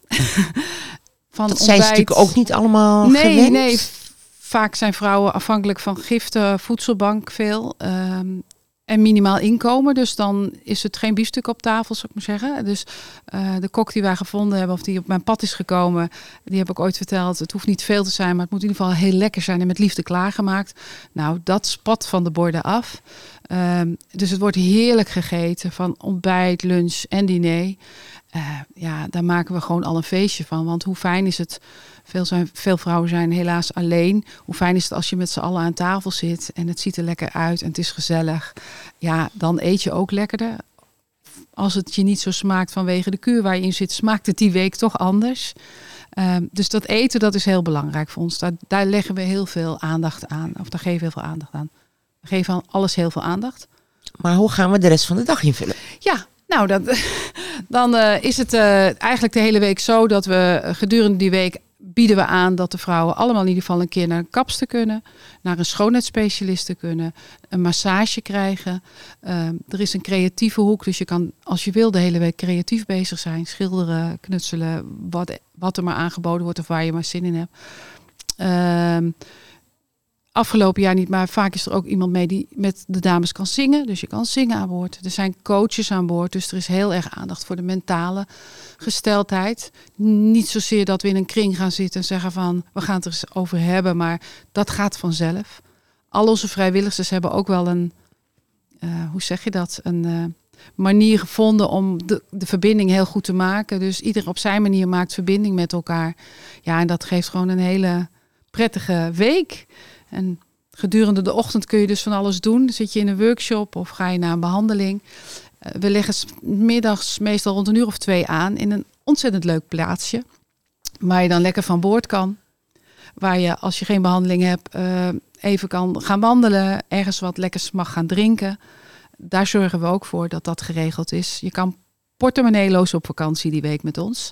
Van
Dat zijn ze natuurlijk ook niet allemaal
nee,
gewend.
Nee, vaak zijn vrouwen afhankelijk van giften, voedselbank veel. Um, en minimaal inkomen. Dus dan is het geen biefstuk op tafel, zou ik maar zeggen. Dus uh, de kok die wij gevonden hebben, of die op mijn pad is gekomen, die heb ik ooit verteld. Het hoeft niet veel te zijn, maar het moet in ieder geval heel lekker zijn en met liefde klaargemaakt. Nou, dat spat van de borden af. Um, dus het wordt heerlijk gegeten van ontbijt, lunch en diner. Uh, ja, daar maken we gewoon al een feestje van. Want hoe fijn is het, veel, zijn, veel vrouwen zijn helaas alleen. Hoe fijn is het als je met z'n allen aan tafel zit en het ziet er lekker uit en het is gezellig. Ja, dan eet je ook lekkerder. Als het je niet zo smaakt vanwege de kuur waar je in zit, smaakt het die week toch anders. Um, dus dat eten, dat is heel belangrijk voor ons. Daar, daar leggen we heel veel aandacht aan. Of daar geven we heel veel aandacht aan. We geven aan alles heel veel aandacht.
Maar hoe gaan we de rest van de dag invullen?
Ja, nou, dat, dan uh, is het uh, eigenlijk de hele week zo dat we uh, gedurende die week bieden we aan dat de vrouwen allemaal in ieder geval een keer naar een kapster kunnen, naar een schoonheidsspecialiste kunnen, een massage krijgen. Uh, er is een creatieve hoek, dus je kan als je wil de hele week creatief bezig zijn, schilderen, knutselen, wat, wat er maar aangeboden wordt of waar je maar zin in hebt. Uh, Afgelopen jaar niet, maar vaak is er ook iemand mee die met de dames kan zingen. Dus je kan zingen aan boord. Er zijn coaches aan boord, dus er is heel erg aandacht voor de mentale gesteldheid. Niet zozeer dat we in een kring gaan zitten en zeggen van, we gaan het er eens over hebben, maar dat gaat vanzelf. Al onze vrijwilligers hebben ook wel een, uh, hoe zeg je dat, een uh, manier gevonden om de, de verbinding heel goed te maken. Dus ieder op zijn manier maakt verbinding met elkaar. Ja, en dat geeft gewoon een hele prettige week. En gedurende de ochtend kun je dus van alles doen. Zit je in een workshop of ga je naar een behandeling. Uh, we leggen 's middags meestal rond een uur of twee aan in een ontzettend leuk plaatsje. Waar je dan lekker van boord kan. Waar je als je geen behandeling hebt uh, even kan gaan wandelen. Ergens wat lekkers mag gaan drinken. Daar zorgen we ook voor dat dat geregeld is. Je kan portemonneeloos op vakantie die week met ons.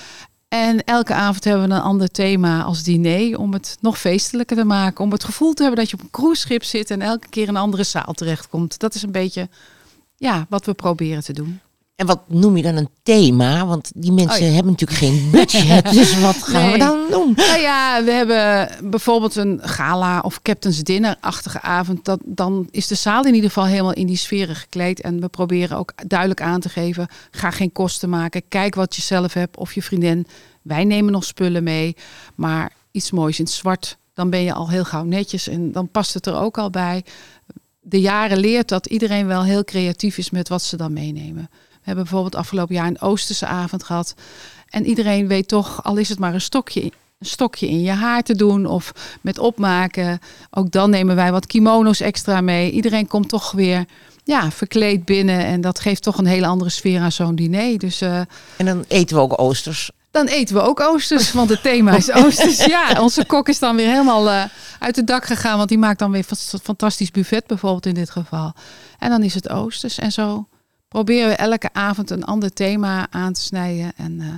En elke avond hebben we een ander thema als diner om het nog feestelijker te maken. Om het gevoel te hebben dat je op een cruiseschip zit en elke keer in een andere zaal terechtkomt. Dat is een beetje ja, wat we proberen te doen.
En wat noem je dan een thema? Want die mensen
oh ja.
hebben natuurlijk geen budget. Dus wat gaan
nee.
we dan doen?
Nou ja, we hebben bijvoorbeeld een gala of Captain's Dinner-achtige avond. Dat, dan is de zaal in ieder geval helemaal in die sferen gekleed. En we proberen ook duidelijk aan te geven, ga geen kosten maken. Kijk wat je zelf hebt of je vriendin. Wij nemen nog spullen mee, maar iets moois in het zwart. Dan ben je al heel gauw netjes en dan past het er ook al bij. De jaren leert dat iedereen wel heel creatief is met wat ze dan meenemen. We hebben bijvoorbeeld afgelopen jaar een Oosterse avond gehad. En iedereen weet toch, al is het maar een stokje, een stokje in je haar te doen of met opmaken. Ook dan nemen wij wat kimono's extra mee. Iedereen komt toch weer ja, verkleed binnen. En dat geeft toch een hele andere sfeer aan zo'n diner. Dus, uh,
en dan eten we ook oosters.
Dan eten we ook oosters, want het thema is oosters. Ja, onze kok is dan weer helemaal uh, uit het dak gegaan. Want die maakt dan weer een fantastisch buffet bijvoorbeeld in dit geval. En dan is het oosters. En zo proberen we elke avond een ander thema aan te snijden. En, uh,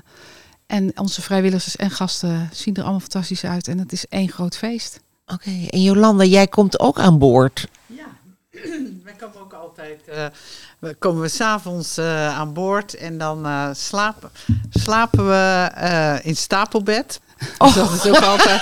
en onze vrijwilligers en gasten zien er allemaal fantastisch uit. En het is één groot feest.
Oké, okay. En Jolanda, jij komt ook aan boord.
Ja, wij komen ook altijd... Uh, we komen we 's avonds uh, aan boord en dan uh, slapen, slapen we uh, in stapelbed. Oh. Dus dat is ook altijd...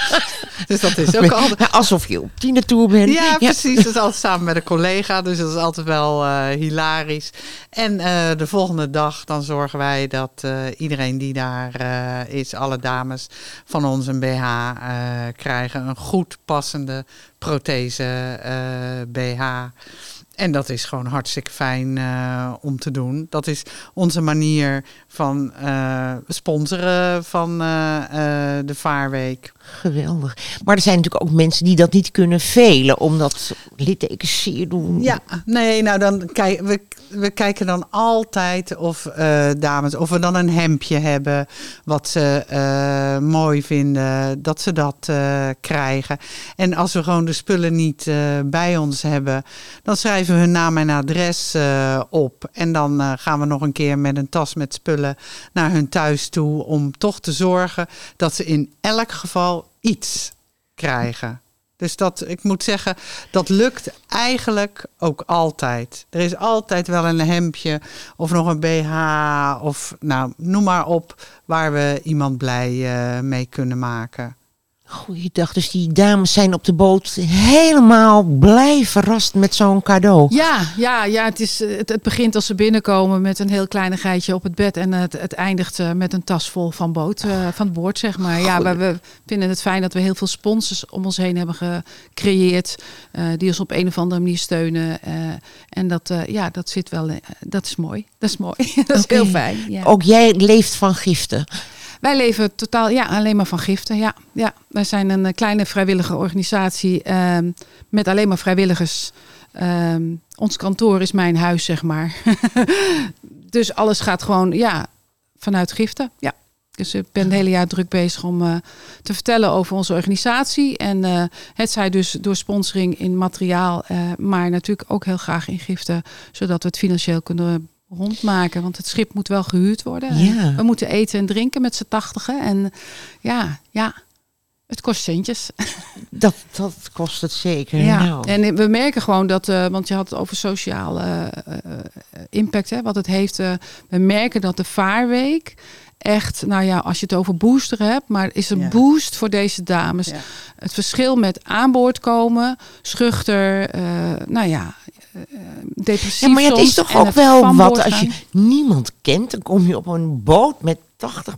Dus dat is ook altijd...
Alsof je op tienertour bent.
Ja, ja, precies. Dat is altijd samen met een collega. Dus dat is altijd wel uh, hilarisch. En uh, de volgende dag dan zorgen wij dat uh, iedereen die daar uh, is, alle dames van ons een B H uh, krijgen. Een goed passende prothese uh, B H. En dat is gewoon hartstikke fijn uh, om te doen. Dat is onze manier van uh, sponsoren van uh, uh, de Vaarweek.
Geweldig. Maar er zijn natuurlijk ook mensen die dat niet kunnen velen, omdat littekens zeer doen.
Ja, nee, nou dan kijken we, we kijken dan altijd of uh, dames, of we dan een hemdje hebben wat ze uh, mooi vinden, dat ze dat uh, krijgen. En als we gewoon de spullen niet uh, bij ons hebben, dan schrijven we hun naam en adres uh, op. En dan uh, gaan we nog een keer met een tas met spullen naar hun thuis toe om toch te zorgen dat ze in elk geval iets krijgen. Dus dat, ik moet zeggen, dat lukt eigenlijk ook altijd. Er is altijd wel een hemdje of nog een B H of nou, noem maar op waar we iemand blij uh, mee kunnen maken.
Goeiedag, dus die dames zijn op de boot helemaal blij verrast met zo'n cadeau.
Ja, ja, ja het, is, het, het begint als ze binnenkomen met een heel kleinigheidje op het bed. En het, het eindigt uh, met een tas vol van, boot, uh, van boord, zeg maar. Ja, we, we vinden het fijn dat we heel veel sponsors om ons heen hebben gecreëerd. Uh, die ons op een of andere manier steunen. Uh, en dat, uh, ja, dat zit wel, uh, dat is mooi. Dat is mooi. Dat is
Okay.
heel fijn. Ja.
Ook jij leeft van giften.
Wij leven totaal ja, alleen maar van giften. Ja, ja. Wij zijn een uh, kleine vrijwillige organisatie uh, met alleen maar vrijwilligers. Uh, ons kantoor is mijn huis, zeg maar. Dus alles gaat gewoon ja, vanuit giften. Ja. Dus ik ben het hele jaar druk bezig om uh, te vertellen over onze organisatie. En uh, het zij dus door sponsoring in materiaal, uh, maar natuurlijk ook heel graag in giften, zodat we het financieel kunnen rondmaken. Want het schip moet wel gehuurd worden.
Ja.
We moeten eten en drinken met z'n tachtigen. En ja, ja, het kost centjes.
Dat, dat kost het zeker.
Ja.
Nou.
En we merken gewoon dat, uh, want je had het over sociale uh, uh, impact, hè, wat het heeft. Uh, we merken dat de vaarweek echt, nou ja, als je het over boosteren hebt, maar is een
Ja.
boost voor deze dames.
Ja.
Het verschil met aan boord komen, schuchter, uh, nou ja, uh, depressief
Ja, maar het
soms
is toch
en
ook
het
wel
van
wat
boord
als je
gaan.
niemand kent. Dan kom je op een boot met tachtig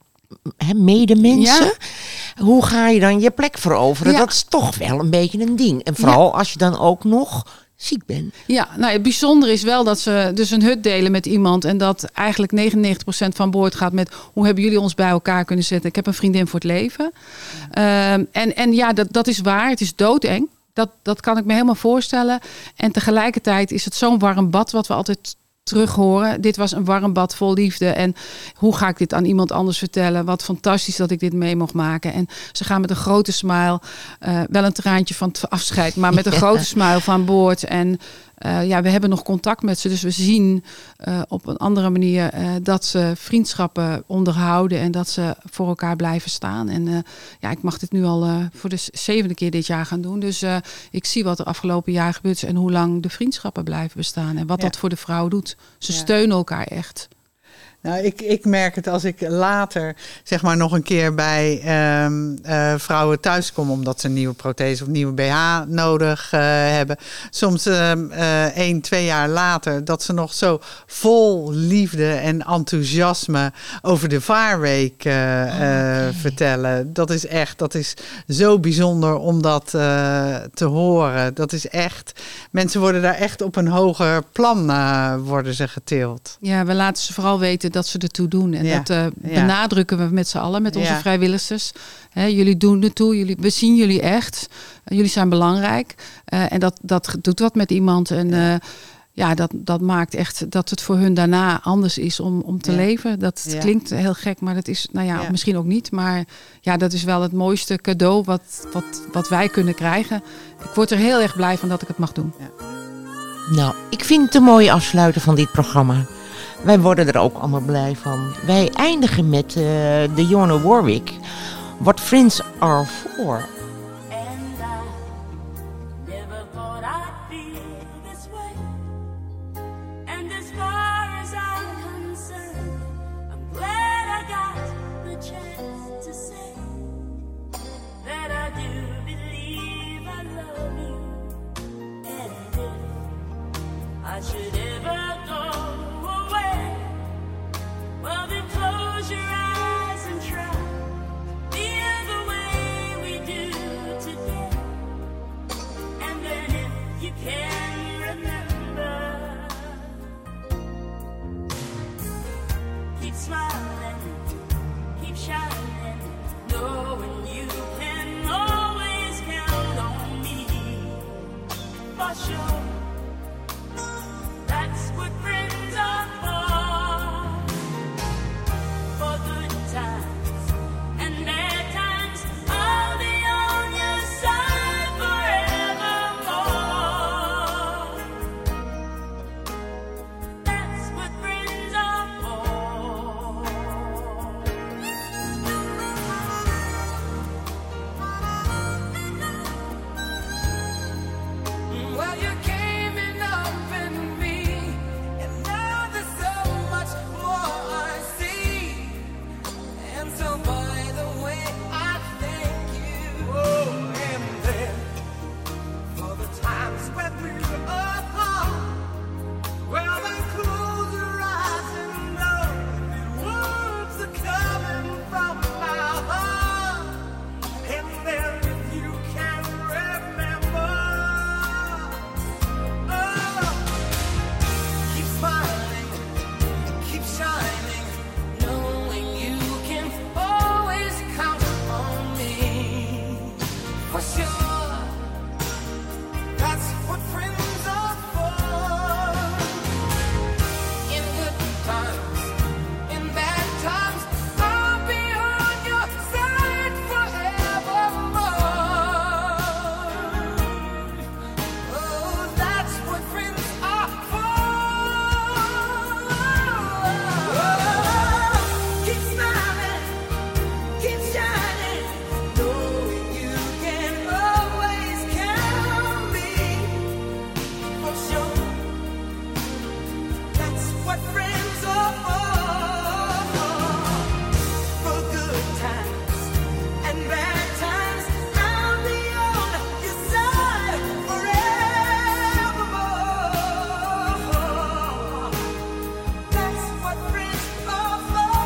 hè, medemensen.
Ja.
Hoe ga je dan je plek veroveren?
Ja.
Dat is toch wel een beetje een ding. En vooral als je dan ook nog ziek bent.
Ja, nou het bijzondere is wel dat ze dus een hut delen met iemand. En dat eigenlijk negenennegentig procent van boord gaat met hoe hebben jullie ons bij elkaar kunnen zetten. Ik heb een vriendin voor het leven. Um, en, en ja, dat, dat is waar. Het is doodeng. Dat, dat kan ik me helemaal voorstellen. En tegelijkertijd is het zo'n warm bad wat we altijd terug horen. Dit was een warm bad vol liefde. En hoe ga ik dit aan iemand anders vertellen? Wat fantastisch dat ik dit mee mocht maken. En ze gaan met een grote smile, uh, wel een traantje van het afscheid, maar met een
Ja.
grote smile van boord. En uh, ja, we hebben nog contact met ze. Dus we zien uh, op een andere manier uh, dat ze vriendschappen onderhouden en dat ze voor elkaar blijven staan. En uh, ja, ik mag dit nu al uh, voor de zevende keer dit jaar gaan doen. Dus uh, ik zie wat er afgelopen jaar gebeurd is en hoe lang de vriendschappen blijven bestaan. En wat
Ja.
dat voor de vrouw doet. Ze
Ja.
steunen elkaar echt.
Nou, ik, ik merk het als ik later zeg maar nog een keer bij um, uh, vrouwen thuis kom, omdat ze een nieuwe prothese of nieuwe B H nodig uh, hebben. Soms um, uh, één, twee jaar later, dat ze nog zo vol liefde en enthousiasme over de vaarweek uh, okay. uh, vertellen. Dat is echt, dat is zo bijzonder om dat uh, te horen. Dat is echt, mensen worden daar echt op een hoger plan uh, worden ze getild.
Ja, we laten ze vooral weten dat ze ertoe doen. En
Ja.
dat uh,
Ja.
benadrukken we met z'n allen, met onze
Ja.
vrijwilligers. Hè, jullie doen ertoe, jullie, we zien jullie echt. Uh, jullie zijn belangrijk. Uh, en dat, dat doet wat met iemand. En uh, ja, dat, dat maakt echt dat het voor hun daarna anders is om, om te
Ja.
leven. Dat
Ja.
klinkt heel gek, maar dat is, nou ja,
Ja.
misschien ook niet. Maar ja, dat is wel het mooiste cadeau wat, wat, wat wij kunnen krijgen. Ik word er heel erg blij van dat ik het mag doen.
Nou, ik vind het een mooie afsluiten van dit programma. Wij worden er ook allemaal blij van. Wij eindigen met uh, de Dionne Warwick. What Friends Are For.
And I never thought I'd feel this way. And as far as I'm concerned, I'm glad I got the chance to say that I do believe I love you. And if I should ever go away, well then close your eyes and try. Feel the way we do today. And then if you can remember, keep smiling, keep shining, knowing you can always count on me. For sure, that's what friends are for. For good times and bad times, I'll be on your side forevermore. That's what friends are for. Well, you can't
what friends are for. For good times and bad times, I'll be on your side forevermore. That's what friends are for.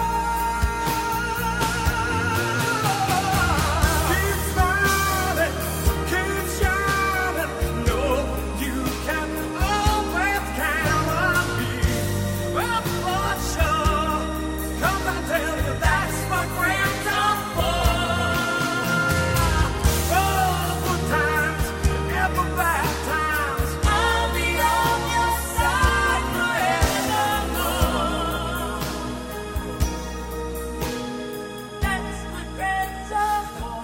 Keep smiling, keep shining. No, you can always count on me. Well, for sure, 'cause I tell you that's what friends are for. For good times, ever bad times, I'll be on your side forevermore. That's what friends are for.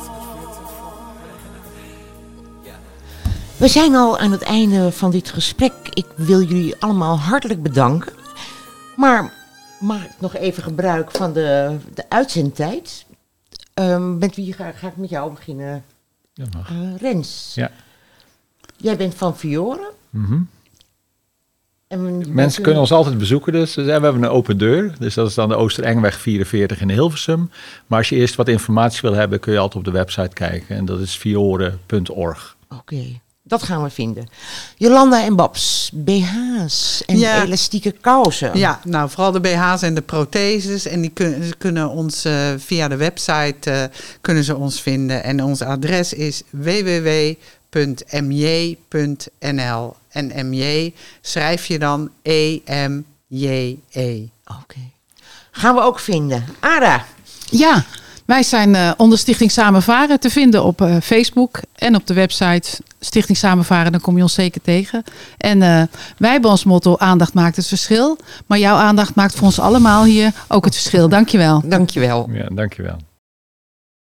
We zijn al aan het einde van dit gesprek. Ik wil jullie allemaal hartelijk bedanken. Maar maak nog even gebruik van de, de uitzendtijd. Ehm, met wie ga, ga ik met jou beginnen?
Ja, mag.
Eh, Rens.
Ja.
Jij bent van Fiore.
Mhm.
En we-
Mensen kunnen ons altijd bezoeken dus. We hebben een open deur. Dus dat is dan de Oosterengweg vierenveertig in Hilversum. Maar als je eerst wat informatie wil hebben, kun je altijd op de website kijken. En dat is fiore punt org.
Oké, dat gaan we vinden. Jolanda en Babs, B H's en
Ja.
elastieke kousen.
Ja, nou vooral de B H's en de protheses. En die kun, ze kunnen ons eh, via de website eh, kunnen ze ons vinden. En ons adres is w w w punt m j punt n l. En M J schrijf je dan E M J E.
Oké. Gaan we ook vinden. Ara.
Ja, wij zijn eh, onder Stichting Samenvaren te vinden op eh, Facebook en op de website Stichting Samenvaren. Dan kom je ons zeker tegen. En eh, wij hebben ons motto: aandacht maakt het verschil. Maar jouw aandacht maakt voor ons allemaal hier ook het verschil. Dankjewel.
Dankjewel.
Ja, dankjewel.